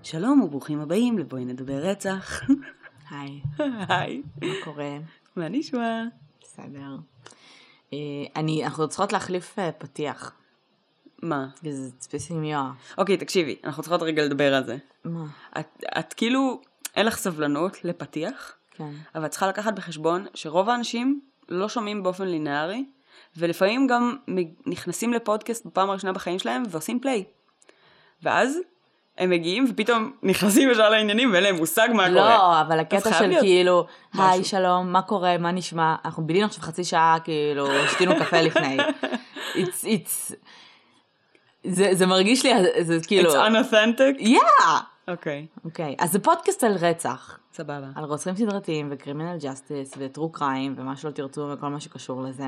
שלום וברוכים הבאים לבואי נדבר רצח. היי. היי. מה קורה? מה נשמע? בסדר. אנחנו צריכות להחליף פתיח. מה? זה ספצימיות. אוקיי, תקשיבי, אנחנו צריכות רגע לדבר על זה. מה? את כאילו, אין לך סבלנות לפתיח, כן. אבל את צריכה לקחת בחשבון שרוב האנשים לא שומעים באופן לינארי, ולפעמים גם נכנסים לפודקאסט בפעם הראשונה בחיים שלהם ועושים פליי. ואז הם מגיעים ופתאום נכנסים ישר לעניינים ואין להם מושג מה קורה. לא, אבל הקטע של כאילו, היי שלום, מה קורה, מה נשמע? אנחנו בילינו עכשיו חצי שעה, כאילו, שתינו קפה לפני. זה מרגיש לי, זה כאילו... It's unauthentic? Yeah! אוקיי. אוקיי, אז זה פודקאסט על רצח. סבבה. על רוצחים סדרתיים וקרימינל ג'סטיס וטרו קריים ומה שלא תרצו וכל מה שקשור לזה.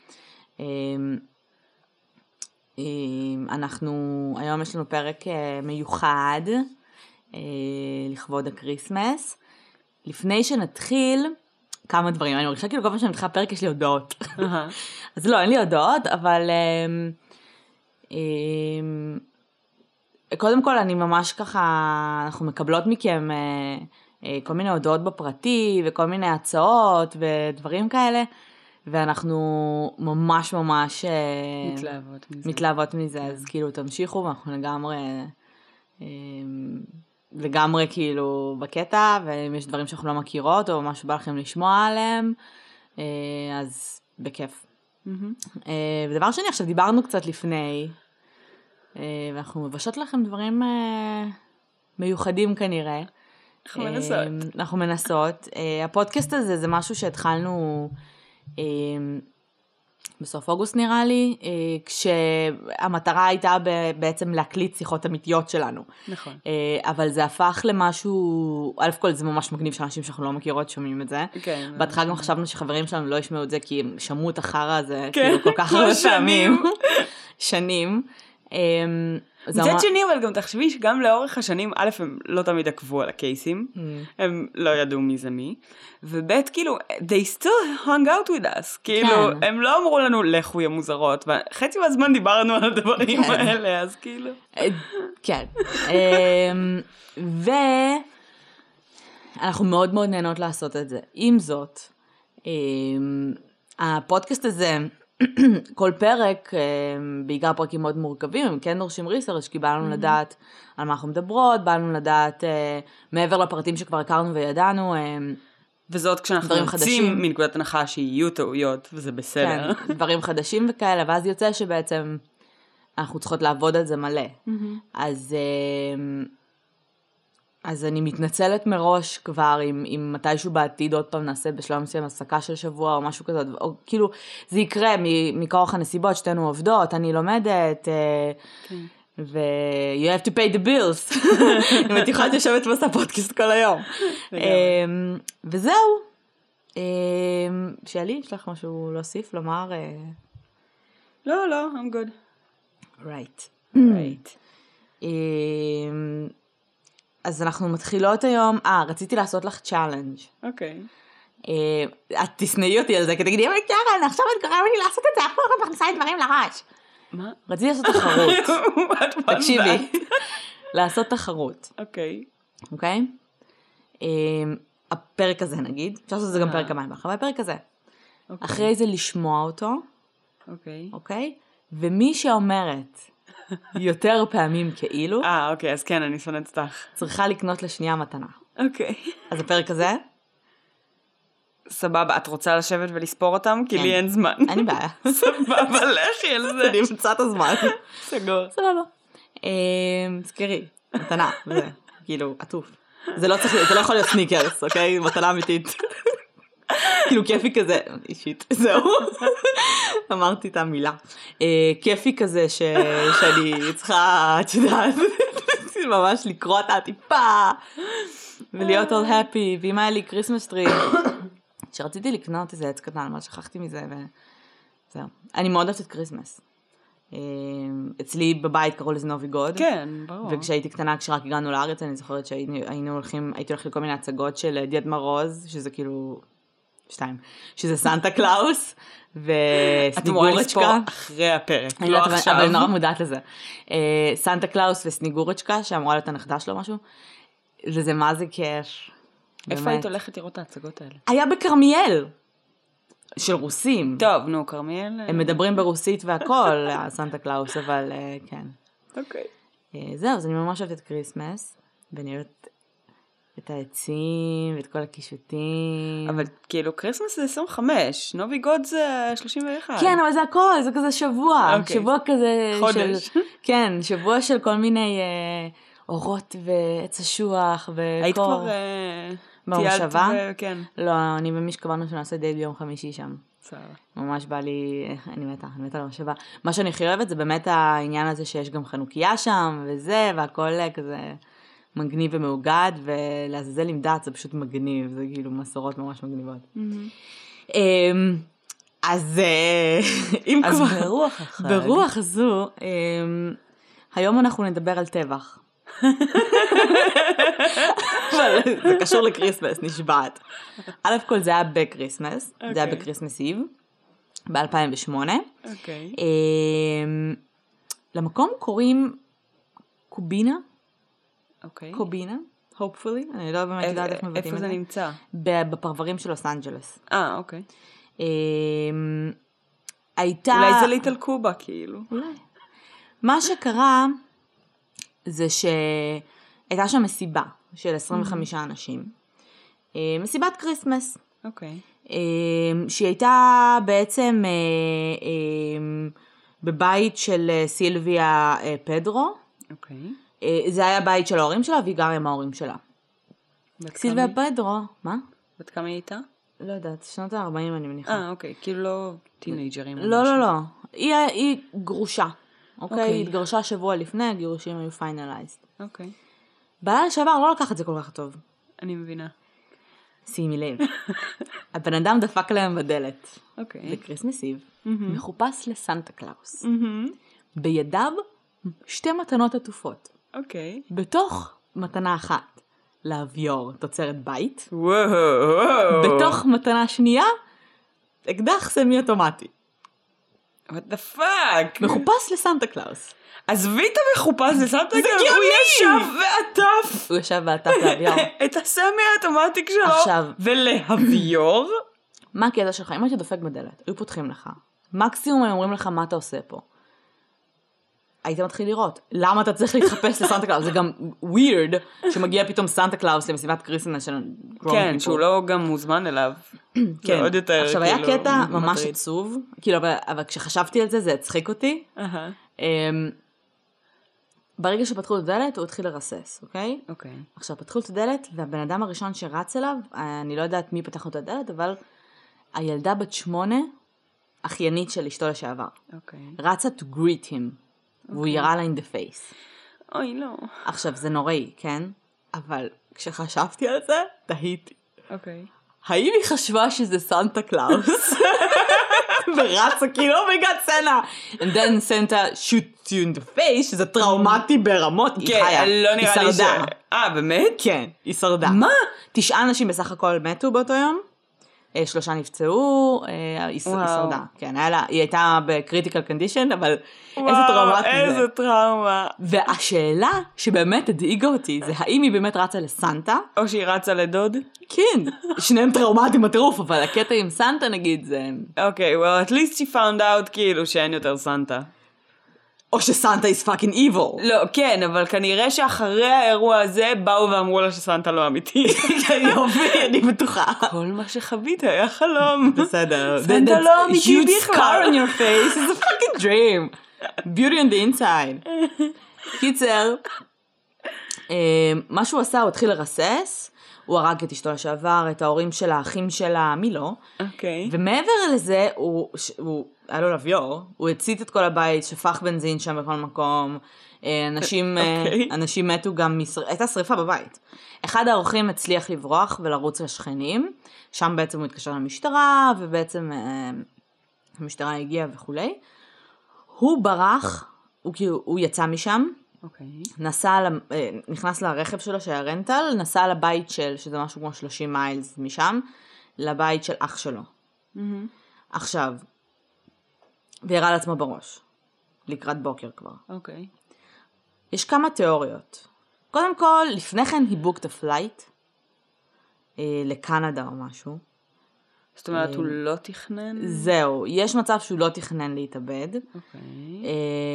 היום יש לנו פרק מיוחד לכבוד הקריסמס. לפני שנתחיל, כמה דברים. אני מרגישה כאילו כל פעם שאני מתחילה פרק יש לי הודעות. אז לא, אין לי הודעות, אבל קודם כל אני ממש ככה, אנחנו מקבלות מכם כל מיני הודעות בפרטי וכל מיני הצעות ודברים כאלה. ואנחנו ממש מתלהבות מזה, אז כאילו תמשיכו, ואנחנו לגמרי כאילו בקטע, ואם יש דברים שאנחנו לא מכירות, או משהו בא לכם לשמוע עליהם, אז בכיף. ודבר שני, עכשיו דיברנו קצת לפני, ואנחנו מבשות לכם דברים מיוחדים כנראה. אנחנו מנסות. הפודקאסט הזה זה משהו שהתחלנו בסוף אוגוסט נראה לי, כשהמטרה הייתה בעצם להקליט שיחות אמיתיות שלנו. נכון. אבל זה הפך למשהו, אלף כל זה ממש מגניב שאנשים שאנחנו לא מכירות שומעים את זה. כן. בהתחלה גם חשבנו שחברים שלנו לא ישמעו את זה, כי הם שמעו את החרא הזה, כאילו כל כך הרבה פעמים. שנים. מצד שני, אבל גם תחשבי שגם לאורך השנים, א', הם לא תמיד עקבו על הקייסים, הם לא ידעו מי זה מי, וב' כאילו, they still hung out with us, כאילו, הם לא אמרו לנו, לכו יא מוזרות, וחצי מהזמן דיברנו על הדברים האלה, אז כאילו. כן. ואנחנו מאוד מאוד נהנות לעשות את זה. עם זאת, הפודקאסט הזה, כל פרק, בעיקר פרקים מאוד מורכבים, הם כן דורשים ריסרצ' כי בא לנו לדעת על מה אנחנו מדברות, בא לנו לדעת מעבר לפרטים שכבר הכרנו וידענו. וזאת כשאנחנו רוצים מנקודת הנחה שיהיו טעויות, וזה בסדר. כן, דברים חדשים וכאלה, ואז יוצא שבעצם אנחנו צריכות לעבוד על זה מלא. אז אני מתנצלת מראש כבר, אם מתישהו בעתיד עוד פעם נעשה בשלב מסוים הסקה של שבוע או משהו כזה, או כאילו זה יקרה מכוח הנסיבות, שתינו עובדות, אני לומדת, ו you have to pay the bills, אם את יכולת לשבת ועושה פודקאסט כל היום. וזהו. שאלי, יש לך משהו להוסיף, לומר? לא, I'm good. Right. אז אנחנו מתחילות היום, רציתי לעשות לך צ'אלנג'. אוקיי. את תסנאי אותי על זה, כי תגידי, אבל קרן, עכשיו את גורמת לי לעשות את זה, איך את מכניסה לי דברים לראש? מה? רציתי לעשות תחרות. תקשיבי, לעשות תחרות. אוקיי. אוקיי? הפרק הזה נגיד, אפשר לעשות את זה גם פרק המים, אבל הפרק הזה. אחרי זה לשמוע אותו. אוקיי. אוקיי? ומי שאומרת יותר פעמים כאילו. אוקיי, אז כן, אני שונאת אותך. צריכה לקנות לשנייה מתנה. אוקיי. אז הפרק הזה? סבבה, את רוצה לשבת ולספור אותם? כי לי אין זמן. אין בעיה. סבבה, לכי על זה. אני אמצא את הזמן. סגור. סבבה. זכרי, מתנה, וזה, כאילו, עטוף. זה לא יכול להיות סניקרס, אוקיי? מתנה אמיתית. כאילו כיפי כזה, אישית, זהו. אמרתי את המילה. כיפי כזה שאני צריכה, את יודעת, ממש לקרוא את העטיפה, ולהיות all happy, ואם היה לי קריסמס טרי, שרציתי לקנות איזה עץ קטן, אבל שכחתי מזה, וזהו. אני מאוד אוהבת את קריסמס. אצלי בבית קראו לזה נובי גוד. כן, ברור. וכשהייתי קטנה, כשרק הגענו לארץ, אני זוכרת הייתי הולכת לכל מיני הצגות של דיאד מרוז, שזה כאילו... שזה סנטה קלאוס, וסניגורצ'קה. אחרי הפרק, לא עכשיו. אבל נורא מודעת לזה. סנטה קלאוס וסניגורצ'קה, שאמורה להיות הנכדה שלו משהו. וזה מה זה כיף. איפה היית הולכת לראות את ההצגות האלה? היה בכרמיאל. של רוסים. טוב, נו, כרמיאל. הם מדברים ברוסית והכל, סנטה קלאוס, אבל כן. אוקיי. זהו, אז אני ממש אוהבת את קריסמס, ונראות את העצים, ואת כל הקישוטים. אבל כאילו, קריסמס זה 25, נובי גוד זה 31. כן, אבל זה הכל, זה כזה שבוע. שבוע כזה... חודש. כן, שבוע של כל מיני אורות ועץ אשוח וקור. היית כבר... במושבה? כן. לא, אני ומי שקבענו שנעשה די ביום חמישי שם. בסדר. ממש בא לי, אני מתה למושבה. מה שאני הכי אוהבת זה באמת העניין הזה שיש גם חנוכיה שם וזה, והכל כזה מגניב ומאוגד, ולעזאזל עם דת זה פשוט מגניב, זה כאילו מסורות ממש מגניבות. אז אם כבר... ברוח החג. ברוח הזו, היום אנחנו נדבר על טבח. זה קשור לקריסמס, נשבעת. א' כל זה היה בקריסמס, זה היה בקריסמס איב, ב-2008. למקום קוראים קובינה. קובינה, hopefully. אני לא באמת יודעת איך מבטאים את זה. איפה זה נמצא? בפרברים של לוס אנג'לס. אוקיי. הייתה... אולי זה ליטל קובה, כאילו. אולי. מה שקרה... זה שהייתה שם מסיבה של 25 אנשים. מסיבת קריסמס. אוקיי. שהיא הייתה בעצם בבית של סילביה פדרו. אוקיי. זה היה בית של ההורים שלה, והיא גרה עם ההורים שלה. סילביה פדרו, מה? בת כמה היא הייתה? לא יודעת, שנות ה-40 אני מניחה. אוקיי, כאילו לא טינג'רים. לא. היא גרושה. אוקיי, היא התגרשה שבוע לפני, הגירושים היו פיינלייזד. אוקיי. בלילה שעבר לא לקח את זה כל כך טוב. אני מבינה. שימי לב. הבן אדם דפק להם בדלת. אוקיי. בקריסמס איב, מחופש לסנטה קלאוס. בידיו 2 מתנות עטופות. אוקיי. בתוך מתנה אחת, לאביור, תוצרת בית. וואו. בתוך מתנה שנייה, אקדח סמי אוטומטי. what the fuck? מחופש לסנטה קלאוס. עזבי את המחופש לסנטה קלאוס. הוא ישב ועטף. הוא ישב ועטף לאביור. את הסמי האוטומטיק שלו. עכשיו. ולאביור. מה הקטע שלך? אם היית דופק בדלת, היו פותחים לך. מקסימום הם אומרים לך מה אתה עושה פה. היית מתחיל לראות. למה אתה צריך להתחפש לסנטה קלאוס? זה גם weird שמגיע פתאום סנטה קלאוס למסיבת קריסמס של כן, שהוא לא גם מוזמן אליו. כן. עוד יותר, עכשיו היה קטע ממש עצוב, כאילו, אבל כשחשבתי על זה, זה הצחיק אותי. ברגע שפתחו את הדלת, הוא התחיל לרסס, אוקיי? אוקיי. עכשיו, פתחו את הדלת, והבן אדם הראשון שרץ אליו, אני לא יודעת מי פתח את הדלת, אבל הילדה בת 8, אחיינית של אשתו לשעבר. אוקיי. רצה to greet him. והוא ירה לה in the face. אוי, לא. עכשיו, זה נוראי, כן? אבל כשחשבתי על זה, תהיתי. אוקיי. האם היא חשבה שזה סנטה קלאוס? ורצה כאילו, אומייגאד, סנה. And then Santa shoots you in the face, שזה טראומטי ברמות. היא חיה. לא נראה לי ש... באמת? כן, היא שרדה. מה? 9 אנשים בסך הכל מתו באותו יום. 3 נפצעו, היא שרדה. כן, היא הייתה בקריטיקל קונדישן, אבל איזה טראומטי זה. איזה טראומה. והשאלה שבאמת הדאיגה אותי, זה האם היא באמת רצה לסנטה? או שהיא רצה לדוד? כן, שניהם טראומטיים בטירוף, אבל הקטע עם סנטה נגיד זה... אוקיי, well at least she found out כאילו שאין יותר סנטה. או שסנטה is fucking evil. לא, כן, אבל כנראה שאחרי האירוע הזה באו ואמרו לה שסנטה לא אמיתי. יופי, אני בטוחה. כל מה שחווית היה חלום. בסדר. סנטה לא אמיתי בכלל. Huge scar on your face, it's a fucking dream. Beauty on the inside. קיצר, מה שהוא עשה, הוא התחיל לרסס, הוא הרג את אשתו לשעבר, את ההורים של האחים שלה, מי לא. אוקיי. ומעבר לזה, הוא היה לו לביור, הוא הצית את כל הבית, שפך בנזין שם בכל מקום, אנשים מתו גם, הייתה שריפה בבית. אחד האורחים הצליח לברוח ולרוץ לשכנים, שם בעצם הוא התקשר למשטרה, ובעצם המשטרה הגיעה וכולי. הוא ברח, הוא יצא משם, נכנס לרכב שלו שהיה רנטל, נסע לבית שזה משהו כמו 30 מיילס משם, לבית של אח שלו. עכשיו, וירה על עצמו בראש. לקראת בוקר כבר. אוקיי. יש כמה תיאוריות. קודם כל, לפני כן he booked a flight לקנדה או משהו. זאת אומרת, הוא לא תכנן? זהו, יש מצב שהוא לא תכנן להתאבד. אוקיי.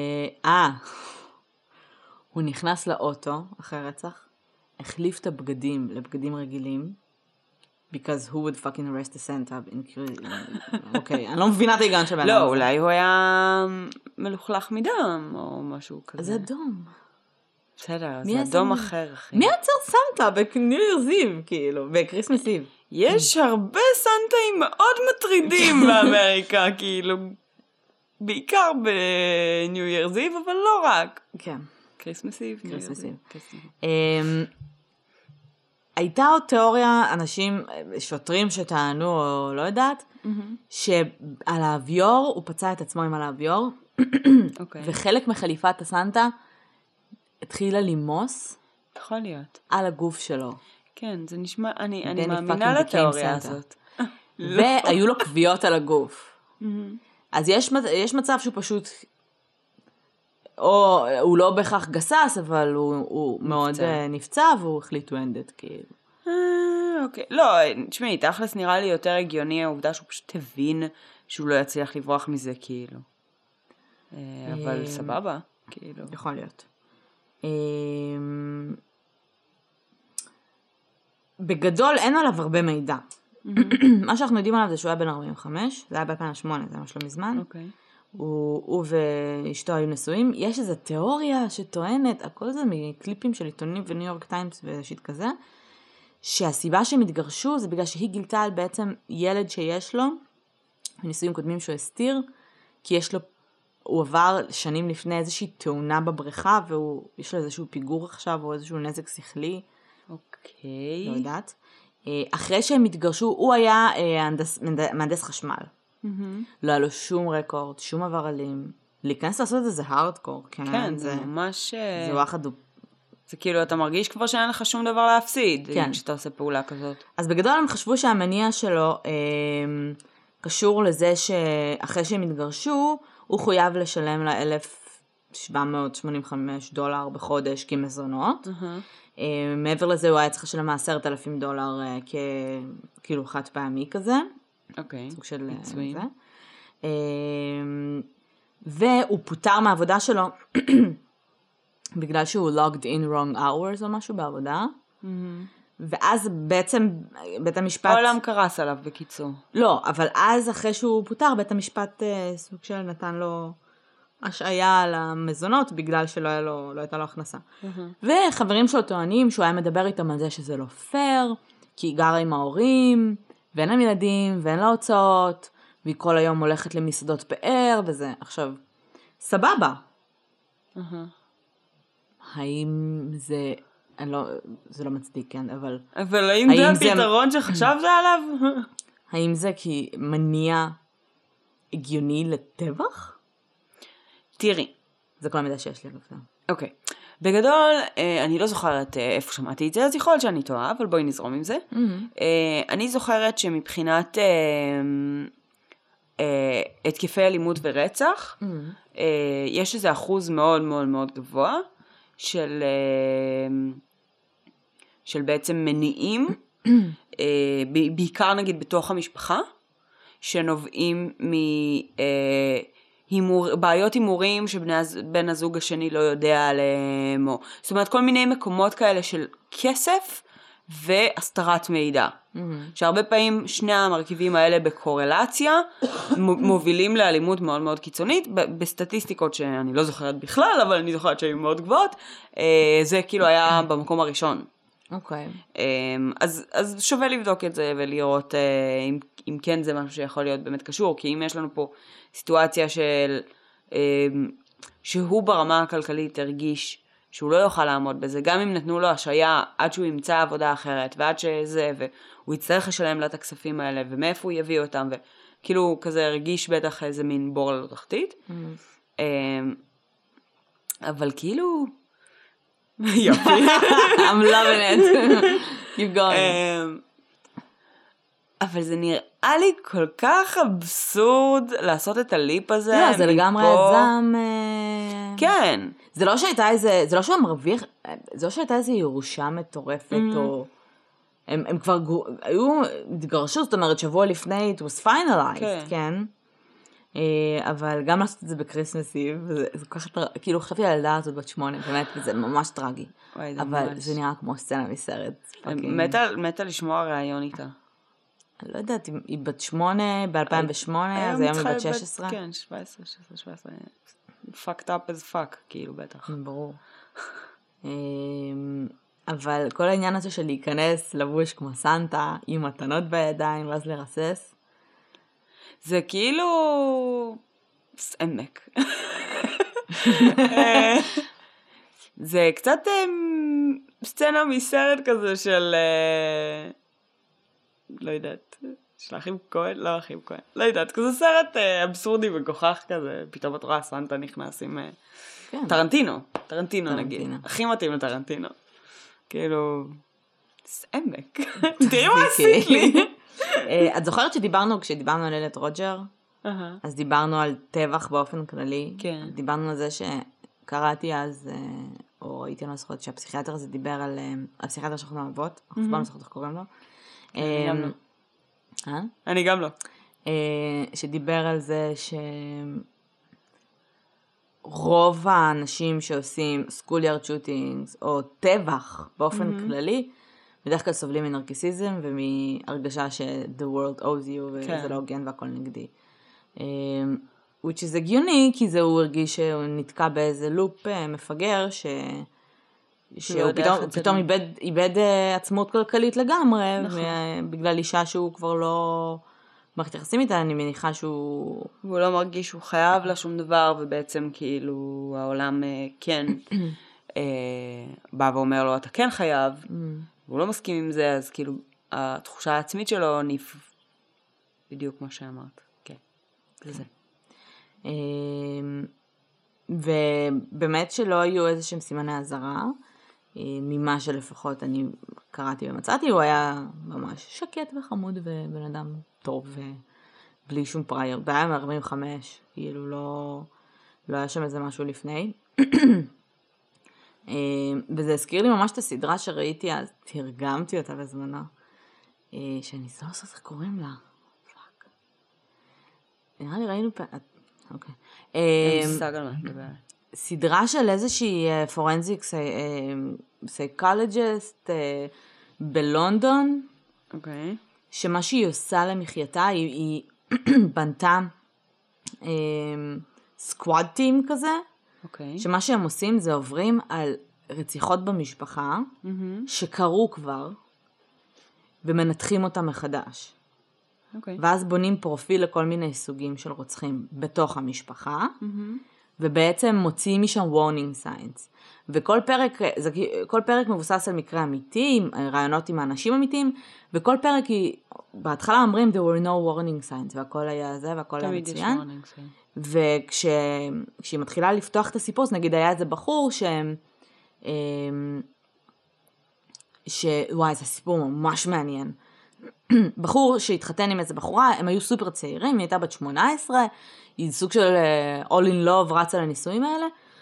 הוא נכנס לאוטו אחרי רצח, החליף את הבגדים לבגדים רגילים, because who would fucking arrest the Santa? אוקיי, אני לא מבינה את ההיגון שבן. לא, אולי הוא היה מלוכלך מדם, או משהו כזה. זה אדום. בסדר, זה אדום אחר, אחי. מי עצר סנטה בניו יר's Eve, כאילו, בקריסמס איב? יש הרבה סנטאים מאוד מטרידים באמריקה, כאילו, בעיקר בניו יר's Eve, אבל לא רק. כן. קריסמס איב. קריסמס איב. הייתה עוד תיאוריה, אנשים, שוטרים שטענו, או לא יודעת, שעל האביור, הוא פצע את עצמו עם על האביור, וחלק מחליפת הסנטה התחילה למוס. יכול להיות. על הגוף שלו. כן, זה נשמע, אני מאמינה לתיאוריה הזאת. והיו לו כוויות על הגוף. אז יש מצב שהוא פשוט, או הוא לא בהכרח גסס, אבל הוא מאוד נפצע, והוא החליט to end it, כאילו. אוקיי. לא, תשמעי, תכלס נראה לי יותר הגיוני העובדה שהוא פשוט הבין שהוא לא יצליח לברוח מזה, כאילו. אבל סבבה, כאילו. יכול להיות. בגדול אין עליו הרבה מידע. מה שאנחנו יודעים עליו זה שהוא היה בן 45, זה היה ב-2008, זה היה משהו מזמן. הוא ואשתו היו נשואים. יש איזו תיאוריה שטוענת, הכל זה מקליפים של עיתונים וניו יורק טיימס ושיט כזה, שהסיבה שהם התגרשו זה בגלל שהיא גילתה על בעצם ילד שיש לו, בנישואים קודמים שהוא הסתיר, כי יש לו, הוא עבר שנים לפני איזושהי תאונה בבריכה, ויש לו איזשהו פיגור עכשיו, או איזשהו נזק שכלי. אוקיי. לא יודעת. אחרי שהם התגרשו, הוא היה מהנדס חשמל. לא היה לו שום רקורד, שום עבר אלים. להיכנס לעשות את זה הארדקור. כן, זה ממש... זה וואחד. זה כאילו, אתה מרגיש כבר שאין לך שום דבר להפסיד, כן. כשאתה עושה פעולה כזאת. אז בגדול הם חשבו שהמניע שלו קשור לזה שאחרי שהם התגרשו, הוא חויב לשלם לה $1,785 בחודש כמזונות. מעבר לזה הוא היה צריך לשלם $10,000 כאילו חד פעמי כזה. אוקיי. סוג של זה. והוא פוטר מהעבודה שלו בגלל שהוא logged in wrong hours או משהו בעבודה. ואז בעצם בית המשפט... העולם קרס עליו בקיצור. לא, אבל אז אחרי שהוא פוטר, בית המשפט סוג של נתן לו השעיה על המזונות, בגלל שלא הייתה לו הכנסה. וחברים שלו טוענים שהוא היה מדבר איתם על זה שזה לא פייר, כי היא גרה עם ההורים, ואין להם ילדים, ואין לה הוצאות, והיא כל היום הולכת למסעדות פאר, וזה. עכשיו, סבבה. האם זה... זה לא מצדיק, כן, אבל... אבל האם זה הפתרון שחשבת עליו? האם זה כי מניע הגיוני לטבח? תראי. זה כל המידע שיש לי. אוקיי. בגדול, אני לא זוכרת איפה שמעתי את זה, אז יכול להיות שאני טועה, אבל בואי נזרום עם זה. אני זוכרת שמבחינת התקפי אלימות ורצח, יש איזה אחוז מאוד מאוד מאוד גבוה, של בעצם מניעים, בעיקר נגיד בתוך המשפחה, שנובעים בעיות הימורים שבן הזוג השני לא יודע עליהם, זאת אומרת כל מיני מקומות כאלה של כסף והסתרת מידע. שהרבה פעמים שני המרכיבים האלה בקורלציה מובילים לאלימות מאוד מאוד קיצונית, בסטטיסטיקות שאני לא זוכרת בכלל, אבל אני זוכרת שהיו מאוד גבוהות, זה כאילו היה במקום הראשון. אוקיי. אז שווה לבדוק את זה ולראות אם כן זה משהו שיכול להיות באמת קשור, כי אם יש לנו פה סיטואציה שהוא ברמה הכלכלית הרגיש שהוא לא יוכל לעמוד בזה, גם אם נתנו לו השעיה עד שהוא ימצא עבודה אחרת, ועד שזה, והוא יצטרך לשלם לה את הכספים האלה, ומאיפה הוא יביא אותם, וכאילו כזה הרגיש בטח איזה מין בור לא תחתית. אבל כאילו... יופי. I'm loving it. Keep going. אבל זה נראה לי כל כך אבסורד לעשות את הליפ הזה. לא, זה לגמרי יזם. כן. זה לא שהייתה איזה, זה לא שהוא מרוויח, זה לא שהייתה איזה ירושה מטורפת, או... הם כבר היו, התגרשו, זאת אומרת, שבוע לפני, it was finalized, כן? אבל גם לעשות את זה בקריסמס איב, זה כל כך, כאילו, חשבתי על הילדה הזאת בת 8, באמת, וזה ממש טרגי. אבל זה נראה כמו סצנה מסרט. מתה לשמוע רעיון איתה. אני לא יודעת, היא בת 8 ב-2008, אז היום היא בת 16. כן, 17, 17. fucked up as fuck, כאילו, בטח. ברור. אבל כל העניין הזה של להיכנס לבוש כמו סנטה, עם מתנות בידיים, ואז לרסס, זה כאילו... סעמק. זה קצת סצנה מסרט כזה של... לא יודעת, של אחים כהן? לא אחים כהן. לא יודעת, כזה סרט אבסורדי וכוכח כזה, פתאום את רואה סנטה נכנס עם... טרנטינו נגיד. הכי מתאים לטרנטינו. כאילו... סעמק. תראי מה עשית לי. את זוכרת כשדיברנו על ילד רוג'ר? אז דיברנו על טבח באופן כללי. כן. דיברנו על זה שקראתי אז, או הייתי לא זוכרת שהפסיכיאטר הזה דיבר על, הפסיכיאטר שאנחנו אוהבות, אף פעם לא זוכרת איך קוראים לו. אני גם לא. אני גם לא. שדיבר על זה שרוב האנשים שעושים schoolyard shootings, או טבח באופן כללי, בדרך כלל סובלים מנרקיסיזם ומהרגשה ש-the world owes you וזה לא הוגן והכל נגדי. which is הגיוני, כי זה הוא הרגיש שהוא נתקע באיזה לופ מפגר, שהוא פתאום איבד עצמות כלכלית לגמרי, בגלל אישה שהוא כבר לא מערכת יחסים איתה, אני מניחה שהוא... והוא לא מרגיש שהוא חייב לה שום דבר, ובעצם כאילו העולם כן בא ואומר לו, אתה כן חייב, והוא לא מסכים עם זה, אז כאילו התחושה העצמית שלו בדיוק מה שאמרת. כן, זה. ובאמת שלא היו איזה שהם סימני הזרה, ממה שלפחות אני קראתי ומצאתי, הוא היה ממש שקט וחמוד ובן אדם טוב ובלי שום פרייר, זה היה מ-45, כאילו לא היה שם איזה משהו לפני. וזה הזכיר לי ממש את הסדרה שראיתי אז, תרגמתי אותה בזמנה, שאני לא עושה איך קוראים לה. פאק. נראה לי ראינו אוקיי. סדרה של איזושהי פורנזיק סייקולוג'יסט בלונדון, שמה שהיא עושה למחייתה, היא בנתה סקוואד טים כזה, שמה שהם עושים זה עוברים על רציחות במשפחה, שקרו כבר, ומנתחים אותם מחדש. ואז בונים פרופיל לכל מיני סוגים של רוצחים בתוך המשפחה, ובעצם מוציאים משם warning signs. וכל פרק מבוסס על מקרה אמיתי, עם רעיונות עם האנשים אמיתיים, וכל פרק בהתחלה אומרים, there were no warning signs, והכל היה זה, והכל היה מצוין. וכשהיא מתחילה לפתוח את הסיפור, אז נגיד היה איזה בחור וואי, זה סיפור ממש מעניין. בחור שהתחתן עם איזה בחורה, הם היו סופר צעירים, היא הייתה בת 18, היא סוג של all in love, רצה לנישואים האלה,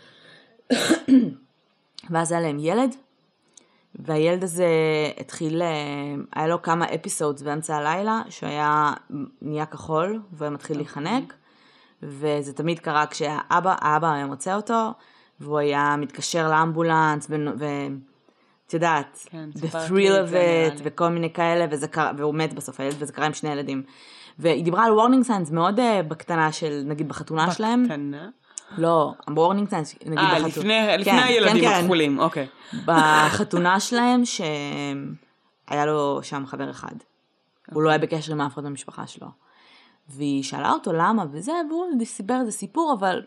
ואז היה להם ילד, והילד הזה התחיל, היה לו כמה אפיסודס באמצע הלילה, שהיה נהיה כחול, והוא מתחיל להיחנק, וזה תמיד קרה כשהאבא היה מוצא אותו, והוא היה מתקשר לאמבולנס, את יודעת, the thrill of it, וכל מיני כאלה, והוא מת בסוף הילד, וזה קרה עם 2 ילדים. והיא דיברה על warning signs מאוד בקטנה של, נגיד, בחתונה שלהם. בקטנה? לא, warning signs, נגיד בחתונה. לפני הילדים הכחולים, אוקיי. בחתונה שלהם, שהיה לו שם חבר אחד. הוא לא היה בקשר עם אף אחד במשפחה שלו. והיא שאלה אותו למה, וזה, והוא סיפר איזה סיפור, אבל...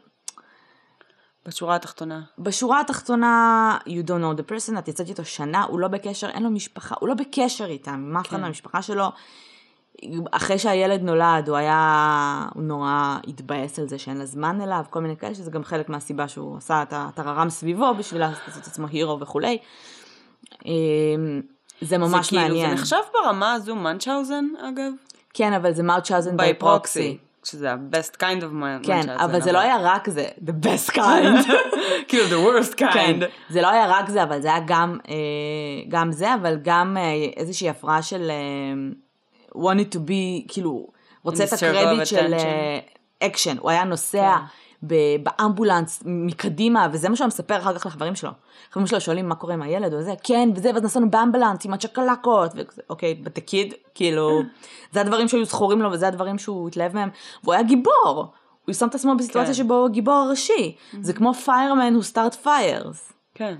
בשורה התחתונה, you don't know the person, את יצאתי אותו שנה, הוא לא בקשר, אין לו משפחה, הוא לא בקשר איתם, עם אף אחד מהמשפחה שלו. אחרי שהילד נולד, הוא נורא התבאס על זה שאין לה זמן אליו, כל מיני כאלה, שזה גם חלק מהסיבה שהוא עשה את הררם סביבו, בשביל לעשות את עצמו הירו וכו'. זה ממש מעניין. זה נחשב ברמה הזו מנצ'אוזן, אגב? כן, אבל זה מנצ'אוזן by proxy. שזה ה-best kind of מנצ'אוזן. כן, אבל זה לא היה רק זה, the best kind. כאילו, the worst kind. כן, זה לא היה רק זה, אבל זה היה גם זה, אבל גם איזושהי הפרעה של wanted to be, כאילו, רוצה את הקרדיט של אקשן. הוא היה נוסע באמבולנס מקדימה, וזה מה שהוא מספר אחר כך לחברים שלו. חברים שלו שואלים מה קורה עם הילד וזה, כן, וזה, ואז נסענו באמבולנס עם הצ'קלקות, אוקיי, בתקיד, כאילו, זה הדברים שהיו זכורים לו, וזה הדברים שהוא התלהב מהם, והוא היה גיבור. הוא שם את עצמו בסיטואציה שבו הוא הגיבור הראשי. זה כמו fireman who start fires. כן.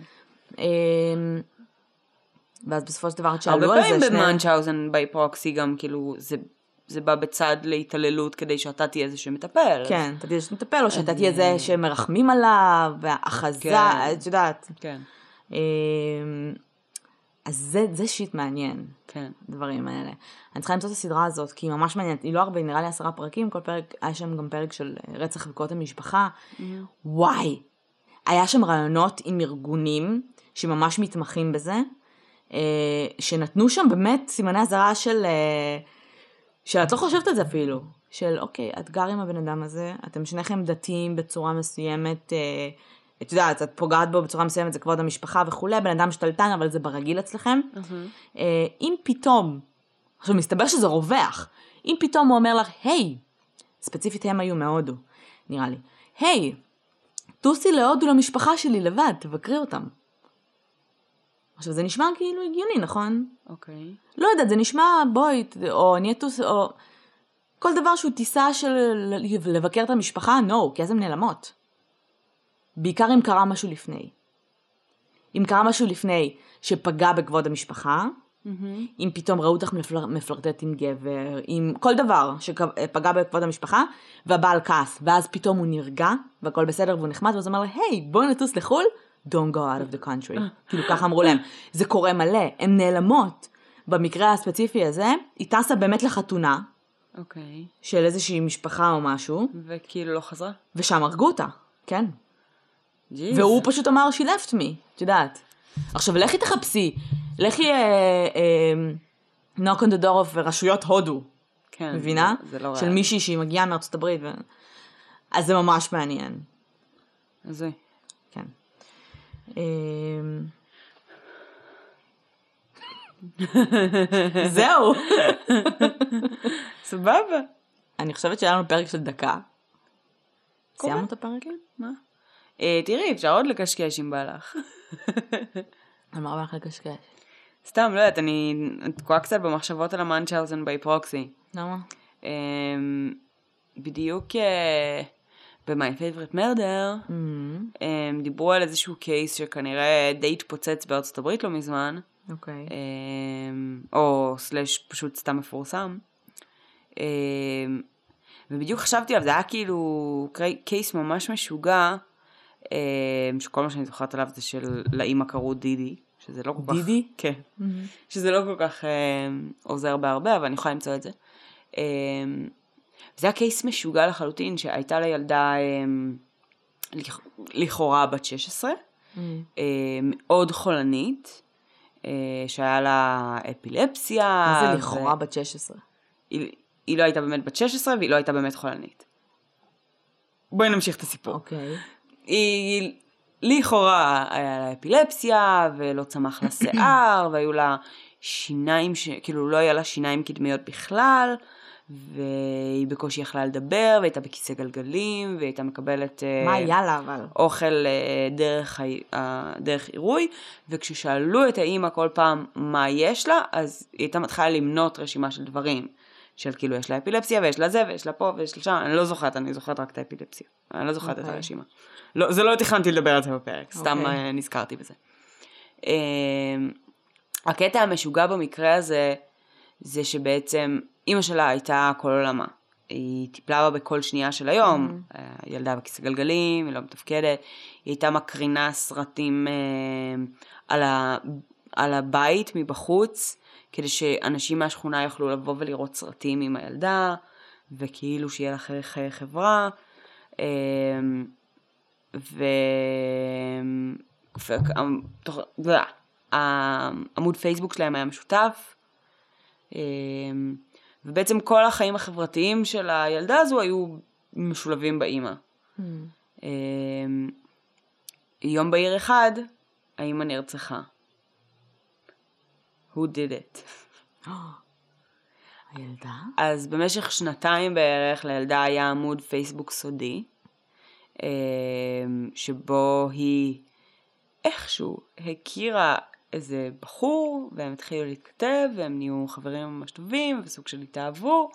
ואז בסופו של דבר שאלו הרבה על זה פעמים במנצ'אוזן by proxy גם כאילו זה בא בצד להתעללות כדי שאתה תהיה זה שמטפל. כן, אתה תהיה שמטפל, או שאתה תהיה זה שמרחמים עליו, והאחזה, את יודעת. כן. אז זה שיט מעניין. כן. דברים האלה. אני צריכה למצוא את הסדרה הזאת, כי היא ממש מעניינת. היא לא הרבה, נראה לי 10 פרקים, כל פרק, היה שם גם פרק של רצח בקרות המשפחה. וואי! היה שם רעיונות עם ארגונים שממש מתמחים בזה, שנתנו שם באמת סימני הזרה שאת לא חושבת את זה אפילו, של אוקיי, את גר עם הבן אדם הזה, אתם שניכם דתיים בצורה מסוימת, את יודעת, את פוגעת בו בצורה מסוימת, זה כבוד המשפחה וכו', בן אדם שתלטן, אבל זה ברגיל אצלכם. אם פתאום, עכשיו מסתבר שזה רווח, אם פתאום הוא אומר לך, היי, ספציפית הם היו מהודו, נראה לי, היי, טוסי להודו למשפחה שלי לבד, תבקרי אותם. עכשיו זה נשמע כאילו הגיוני, נכון? אוקיי. לא יודעת, זה נשמע בואי, או נהיה טוס, או כל דבר שהוא טיסה של לבקר את המשפחה, no, כי אז הן נעלמות. בעיקר אם קרה משהו לפני. אם קרה משהו לפני שפגע בכבוד המשפחה, אם פתאום ראו אותך מפלרטט עם גבר, עם כל דבר שפגע בכבוד המשפחה, והבעל כעס, ואז פתאום הוא נרגע, והכל בסדר והוא נחמד, ואז אומר לה, היי, בואי נטוס לחול, don't go out of the country. כאילו ככה אמרו להם, זה קורה מלא, הן נעלמות. במקרה הספציפי הזה, היא טסה באמת לחתונה, של איזושהי משפחה או משהו. וכאילו לא חזרה? ושם הרגו אותה, כן. והוא פשוט אמר, she left me, את יודעת. עכשיו, לכי תחפשי, לכי knock on the door of רשויות הודו, כן, מבינה? זה לא של מישהי שהיא מגיעה מארצות הברית. אז זה ממש מעניין. זה. כן. זהו. סבבה. אני חושבת שהיה לנו פרק של דקה. סיימנו את הפרק? כן, מה? תראי, אפשר עוד לקשקש אם בא לך. על מה בא לך לקשקש? סתם, לא יודעת, אני תקועה קצת במחשבות על המנצ'אוזן by proxy. למה? בדיוק ב-My Favorite Murder, דיברו על איזשהו קייס שכנראה די התפוצץ בארצות הברית לא מזמן. אוקיי. או סלש פשוט סתם מפורסם. ובדיוק חשבתי עליו, זה היה כאילו קייס ממש משוגע, שכל מה שאני זוכרת עליו זה של לאמא קראו דידי, שזה לא כל כך... דידי? כן. שזה לא כל כך עוזר בהרבה, אבל אני יכולה למצוא את זה. זה היה קייס משוגע לחלוטין, שהייתה לילדה לכאורה בת 16, מאוד חולנית, שהיה לה אפילפסיה. מה זה לכאורה בת 16? היא לא הייתה באמת בת 16, והיא לא הייתה באמת חולנית. בואי נמשיך את הסיפור. אוקיי. היא לכאורה היה לה אפילפסיה, ולא צמח לה שיער, והיו לה שיניים, כאילו לא היה לה שיניים קדמיות בכלל, והיא בקושי יכלה לדבר, והייתה בכיסא גלגלים, והייתה מקבלת מה היה לה אבל? אוכל דרך עירוי, וכששאלו את האמא כל פעם מה יש לה, אז היא הייתה מתחילה למנות רשימה של דברים, של כאילו יש לה אפילפסיה, ויש לה זה, ויש לה פה, ויש לה שם, אני לא זוכרת, אני זוכרת רק את האפילפסיה, אני לא זוכרת את הרשימה. לא, זה לא תכננתי לדבר על זה בפרק, סתם נזכרתי בזה. הקטע המשוגע במקרה הזה, זה שבעצם אמא שלה הייתה כל עולמה. היא טיפלה בה בכל שנייה של היום, ילדה בכיסא גלגלים, היא לא מתפקדת, היא הייתה מקרינה סרטים על הבית מבחוץ, כדי שאנשים מהשכונה יוכלו לבוא ולראות סרטים עם הילדה, וכאילו שיהיה לה חיי חברה, העמוד פייסבוק שלהם היה משותף, ובעצם כל החיים החברתיים של הילדה הזו היו משולבים באמא. יום בהיר אחד, האמא נרצחה. Who did it? הילדה? אז במשך 2 בערך לילדה היה עמוד פייסבוק סודי, שבו היא איכשהו הכירה איזה בחור, והם התחילו להתכתב, והם נהיו חברים ממש טובים, וסוג של התאהבו,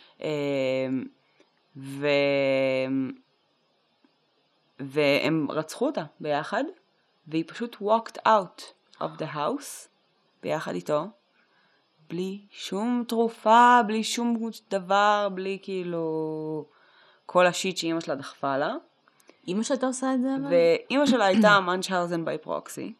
והם רצחו אותה ביחד, והיא פשוט walked out of the house, ביחד איתו, בלי שום תרופה, בלי שום דבר, בלי כאילו כל השיט שאמא שלה דחפה לה. אמא שאתה עושה את זה? ואמא שלה הייתה מנצ'האוזן ביי פרוקסי.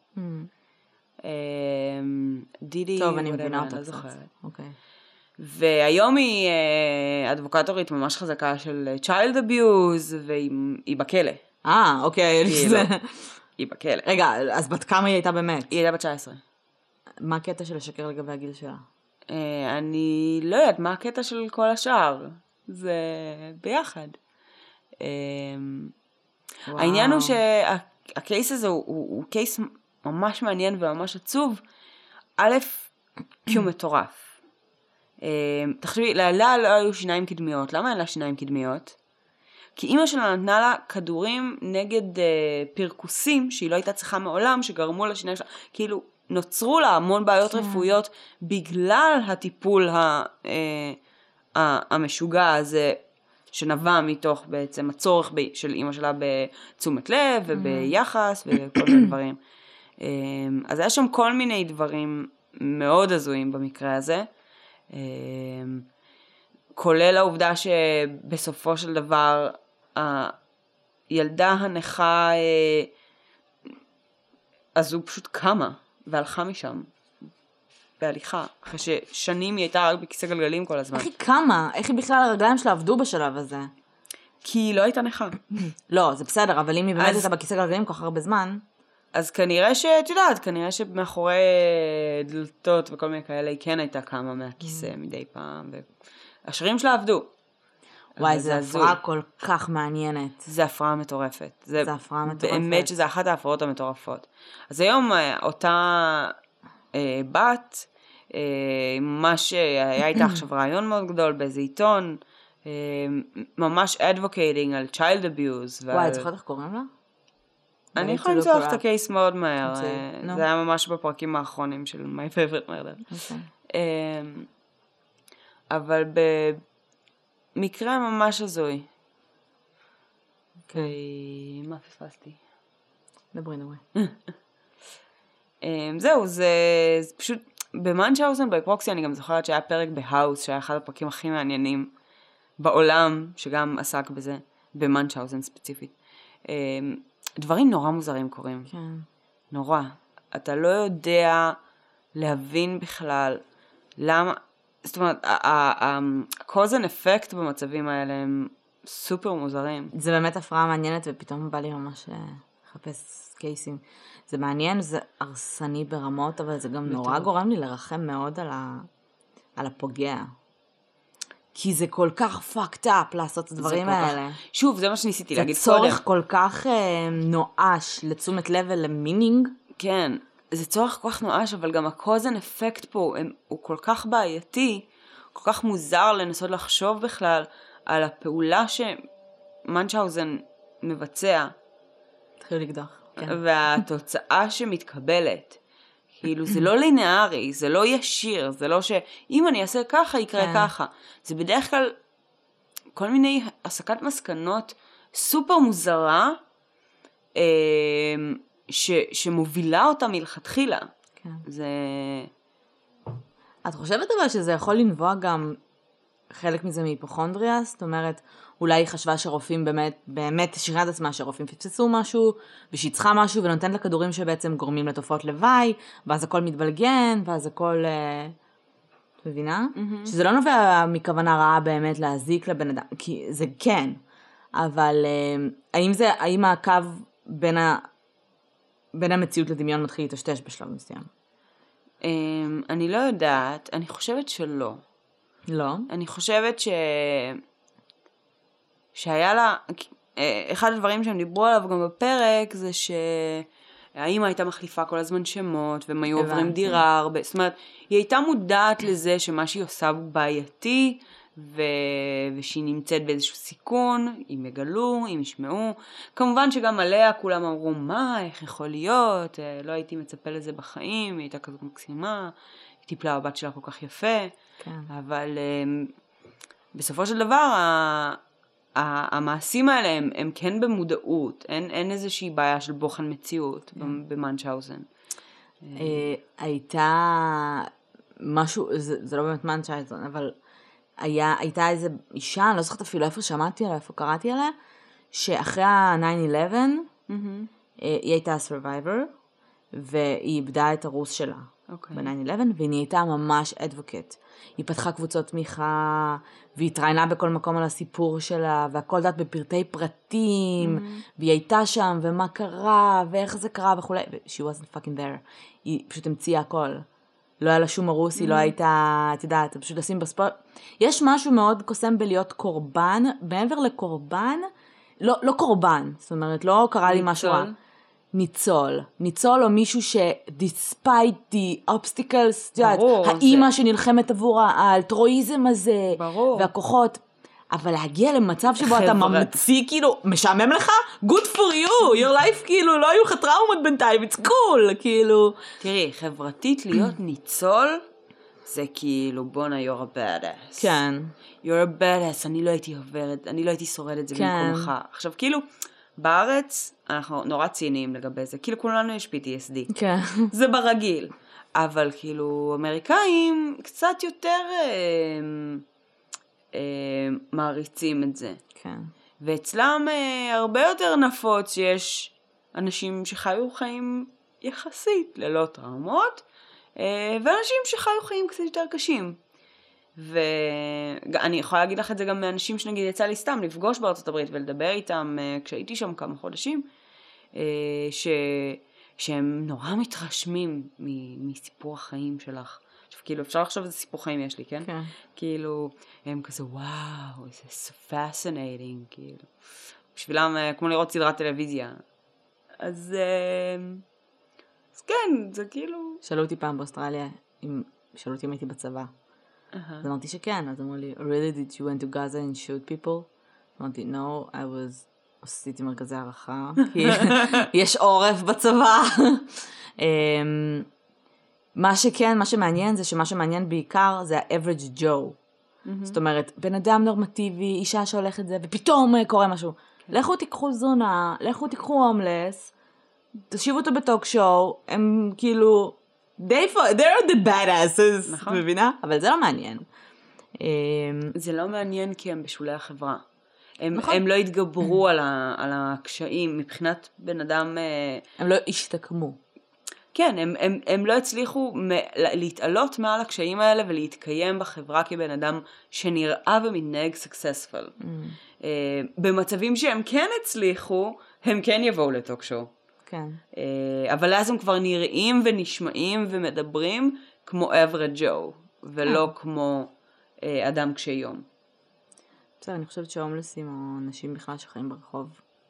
דידי, טוב, אני מבינה אותה קצת. אוקיי. והיום היא אדבוקטורית ממש חזקה של child abuse, והיא בכלא. אוקיי. היא בכלא. רגע, אז בת כמה היא הייתה באמת? היא הייתה בת 19. מה הקטע של לשקר לגבי הגיל שלה? אני לא יודעת מה הקטע של כל השאר. זה ביחד. העניין הוא שהקייס הזה הוא קייס ממש מעניין וממש עצוב. א', כי הוא מטורף. תחשבי, לילדה לא היו שיניים קדמיות. למה אין לה שיניים קדמיות? כי אמא שלה נתנה לה כדורים נגד פרקוסים שהיא לא הייתה צריכה מעולם, שגרמו לה שיניים שלה. כאילו, נוצרו לה המון בעיות רפואיות בגלל הטיפול המשוגע הזה, שנבע מתוך בעצם הצורך של אמא שלה בתשומת לב וביחס וכל מיני דברים. אז היה שם כל מיני דברים מאוד הזויים במקרה הזה, כולל העובדה שבסופו של דבר הילדה הנכה אז הוא פשוט קמה והלכה משם בהליכה, אחרי ששנים היא הייתה רק בכיסא גלגלים כל הזמן. איך היא קמה? איך היא בכלל הרגליים שלה עבדו בשלב הזה? כי היא לא הייתה נכה. לא, זה בסדר, אבל אם היא באמת הייתה בכיסא גלגלים כל כך הרבה זמן... אז כנראה שאת יודעת, כנראה שמאחורי דלתות וכל מיני כאלה היא כן הייתה קמה מהכיסא מדי פעם, והשרירים שלה עבדו. וואי, זו הפרעה כל כך מעניינת. זו הפרעה מטורפת. זו הפרעה מטורפת. באמת שזו אחת ההפרעות המטורפות. אז היום אותה בת, ממש היה איתה עכשיו רעיון מאוד גדול באיזה עיתון, ממש advocating על child abuse. וואי, את זוכרת איך קוראים לה? אני יכולה למצוא לך את הקייס מאוד מהר. זה היה ממש בפרקים האחרונים של My Favorite Murder. אבל במקרה ממש הזוי. מה פספסתי? דברי. זהו, זה פשוט, במנצ'האוזן ביי פרוקסי אני גם זוכרת שהיה פרק בהאוס, שהיה אחד הפרקים הכי מעניינים בעולם, שגם עסק בזה, במנצ'האוזן ספציפית. דברים נורא מוזרים קורים. כן. נורא. אתה לא יודע להבין בכלל למה, זאת אומרת, ה-cause and effect במצבים האלה הם סופר מוזרים. זה באמת הפרעה מעניינת, ופתאום בא לי ממש לחפש קייסים. זה מעניין, זה הרסני ברמות, אבל זה גם נורא גורם לי לרחם מאוד על הפוגע. כי זה כל כך fucked up לעשות את הדברים האלה. שוב, זה מה שניסיתי להגיד קודם. זה צורך כל כך נואש לתשומת לב ולמינינג. כן, זה צורך כל כך נואש, אבל גם ה-cause and effect פה הוא כל כך בעייתי, כל כך מוזר לנסות לחשוב בכלל על הפעולה שמנצ'האוזן מבצע. תתחיל לקדוח. כן. והתוצאה שמתקבלת. כאילו, זה לא לינארי, זה לא ישיר, זה לא שאם אני אעשה ככה, יקרה ככה. זה בדרך כלל כל מיני הסקת מסקנות סופר מוזרה, שמובילה אותה מלכתחילה. כן. זה... את חושבת אבל שזה יכול לנבוע גם חלק מזה מהיפוכונדריה? זאת אומרת, אולי היא חשבה שרופאים באמת תשאירה את עצמה שרופאים פספסו משהו, ושהיא צריכה משהו ונותנת לכדורים שבעצם גורמים לתופעות לוואי, ואז הכל מתבלגן, ואז הכל... את מבינה? שזה לא נובע מכוונה רעה באמת להזיק לבן אדם, כי זה כן, אבל האם הקו בין המציאות לדמיון מתחיל להתשתש בשלב מסוים? אני לא יודעת, אני חושבת שלא. לא? אני חושבת שהיה לה, אחד הדברים שהם דיברו עליו גם בפרק, זה שהאמא הייתה מחליפה כל הזמן שמות, והם היו עוברים דירה הרבה, זאת אומרת, היא הייתה מודעת לזה שמה שהיא עושה הוא בעייתי, ושהיא נמצאת באיזשהו סיכון, אם יגלו, אם ישמעו. כמובן שגם עליה כולם אמרו, מה, איך יכול להיות? לא הייתי מצפה לזה בחיים, היא הייתה כזאת מקסימה, היא טיפלה בבת שלה כל כך יפה. כן. אבל בסופו של דבר, המעשים האלה הם כן במודעות, אין איזושהי בעיה של בוחן מציאות במנצ'אוזן. הייתה משהו, זה לא באמת מנצ'אוזן, אבל הייתה איזו אישה, אני לא זוכרת אפילו איפה שמעתי עליה, איפה קראתי עליה, שאחרי ה-9/11, היא הייתה סרווייבר, והיא איבדה את הרוס שלה ב-9/11, והיא נהייתה ממש אדבוקט. היא פתחה קבוצות תמיכה, והיא התראיינה בכל מקום על הסיפור שלה, והכל דעת בפרטי פרטים, והיא הייתה שם, ומה קרה, ואיך זה קרה וכו'. She wasn't fucking there. היא פשוט המציאה הכל. לא היה לה שום הרוס, היא לא הייתה, את יודעת, פשוט לשים בספורט. יש משהו מאוד קוסם בלהיות קורבן, מעבר לקורבן, לא קורבן, זאת אומרת, לא קרה לי משהו רע. ניצול או מישהו ש-despite the obstacles, האימא שנלחמת עבור האלטרואיזם הזה, והכוחות, אבל להגיע למצב שבו אתה ממציא, כאילו, משעמם לך? Good for you, your life, כאילו, לא היו לך טראומות בינתיים, it's cool, כאילו. תראי, חברתית להיות ניצול, זה כאילו, בונה, you're a badass. כן. You're a badass, אני לא הייתי שורד את זה במקומך. עכשיו, כאילו, בארץ, אנחנו נורא ציניים לגבי זה, כאילו כולנו יש PTSD. כן. זה ברגיל. אבל כאילו, אמריקאים קצת יותר מעריצים את זה. כן. ואצלם הרבה יותר נפוץ שיש אנשים שחיו חיים יחסית ללא טראומות, ואנשים שחיו חיים קצת יותר קשים. ואני יכולה להגיד לך את זה גם מאנשים שנגיד יצא לי סתם לפגוש בארצות הברית ולדבר איתם כשהייתי שם כמה חודשים, שהם נורא מתרשמים מסיפור החיים שלך. עכשיו, כאילו, אפשר לחשוב איזה סיפור חיים יש לי, כן? כן. כאילו, הם כזה, וואו, זה so fascinating, כאילו. בשבילם, כמו לראות סדרת טלוויזיה. אז כן, זה כאילו... שאלו אותי פעם באוסטרליה, שאלו אותי אם הייתי בצבא. אז אמרתי שכן, אז אמרו לי, really did you went to Gaza and shoot people? אמרתי, no, I was... עשיתי מרכזי הערכה, כי יש עורף בצבא. מה שכן, מה שמעניין זה שמה שמעניין בעיקר זה ה-average Joe. זאת אומרת, בן אדם נורמטיבי, אישה שהולכת זה, ופתאום קורה משהו. לכו תיקחו זונה, לכו תיקחו הומלס, תשיבו אותו בטוק שואו, הם כאילו, they're the badasses, מבינה? אבל זה לא מעניין. זה לא מעניין כי הם בשולי החברה. הם לא התגברו על הקשיים, מבחינת בן אדם... הם לא השתקמו. כן, הם לא הצליחו להתעלות מעל הקשיים האלה ולהתקיים בחברה כבן אדם שנראה ומתנהג successful. במצבים שהם כן הצליחו, הם כן יבואו לטוק שואו. כן. אבל אז הם כבר נראים ונשמעים ומדברים כמו average Joe, ולא כמו אדם קשי יום. בסדר, אני חושבת שההומלסים או אנשים בכלל שחיים ברחוב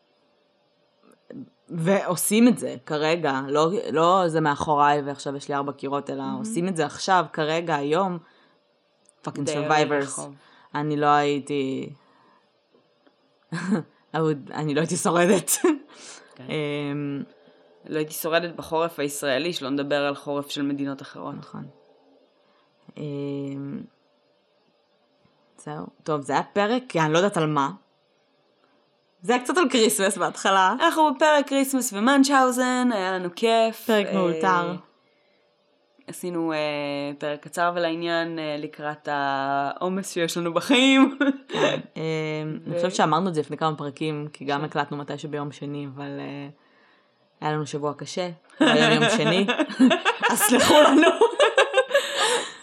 ועושים את זה כרגע, לא זה מאחוריי ועכשיו יש לי 4 קירות, אלא עושים את זה עכשיו, כרגע, היום, fucking survivors. אני לא הייתי אני לא הייתי שורדת. לא הייתי שורדת בחורף הישראלי, שלא נדבר על חורף של מדינות אחרות. נכון. זהו. טוב, זה היה פרק, כי אני לא יודעת על מה. זה היה קצת על קריסמס בהתחלה. אנחנו בפרק קריסמס ומנצ'אוזן, היה לנו כיף. פרק מאולתר. עשינו פרק קצר ולעניין לקראת העומס שיש לנו בחיים. אני חושבת שאמרנו את זה לפני כמה פרקים, כי גם הקלטנו מתי שביום שני, אבל היה לנו שבוע קשה. היום יום שני. אז סלחו לנו.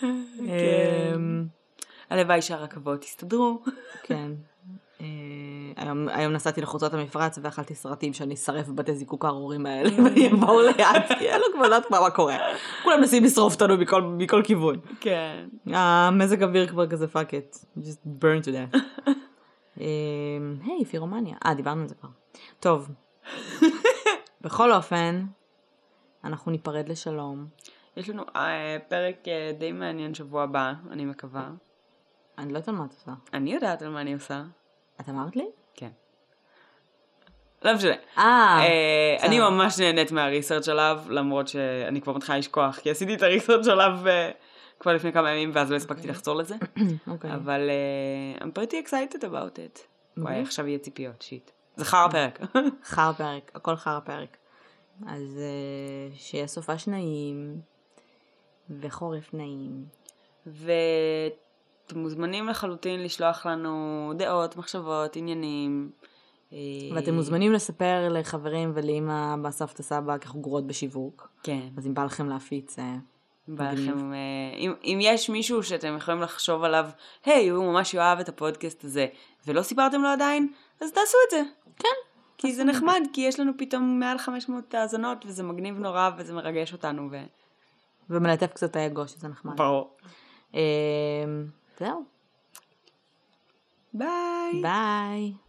הלוואי שהרכבות יסתדרו. כן. היום נסעתי לחוצות המפרץ ואכלתי סרטים שאני אשרף בבתי זיקוק הארורים האלה, ואני אבואו ליד, כי אין לו כבר לדעת מה קורה. כולם נסים לשרוף אותנו מכל כיוון. כן. המזג אוויר כבר כזה fuck it. Just burn to death. היי, פירומניה. דיברנו על זה כבר. טוב. בכל אופן, אנחנו ניפרד לשלום. יש לנו פרק די מעניין שבוע הבא, אני מקווה. אני לא יודעת על מה את עושה. אני יודעת על מה אני עושה. את אמרת לי? כן. לא משנה. אני ממש נהנית מהריסרצ' עליו, למרות שאני כבר מתחילה לשכוח, כי עשיתי את הריסרצ' עליו כבר לפני כמה ימים, ואז לא הספקתי לחזור לזה. אבל I'm pretty excited about it. וואי, עכשיו יהיה ציפיות, שיט. זה חר פרק. חר פרק, הכל חר פרק. אז שיהיה סופש נעים, וחורף נעים. אתם מוזמנים לחלוטין לשלוח לנו דעות, מחשבות, עניינים. ואתם מוזמנים לספר לחברים ולאמא בסבתא סבא כחוגרות בשיווק. כן. אז אם בא לכם להפיץ, אם יש מישהו שאתם יכולים לחשוב עליו, היי, הוא ממש יאהב את הפודקאסט הזה, ולא סיפרתם לו עדיין, אז תעשו את זה. כן. כי זה נחמד, כי יש לנו פתאום מעל 500 האזנות, וזה מגניב נורא, וזה מרגש אותנו. ומלטף קצת האגו, שזה נחמד. ברור. זהו. ביי. ביי.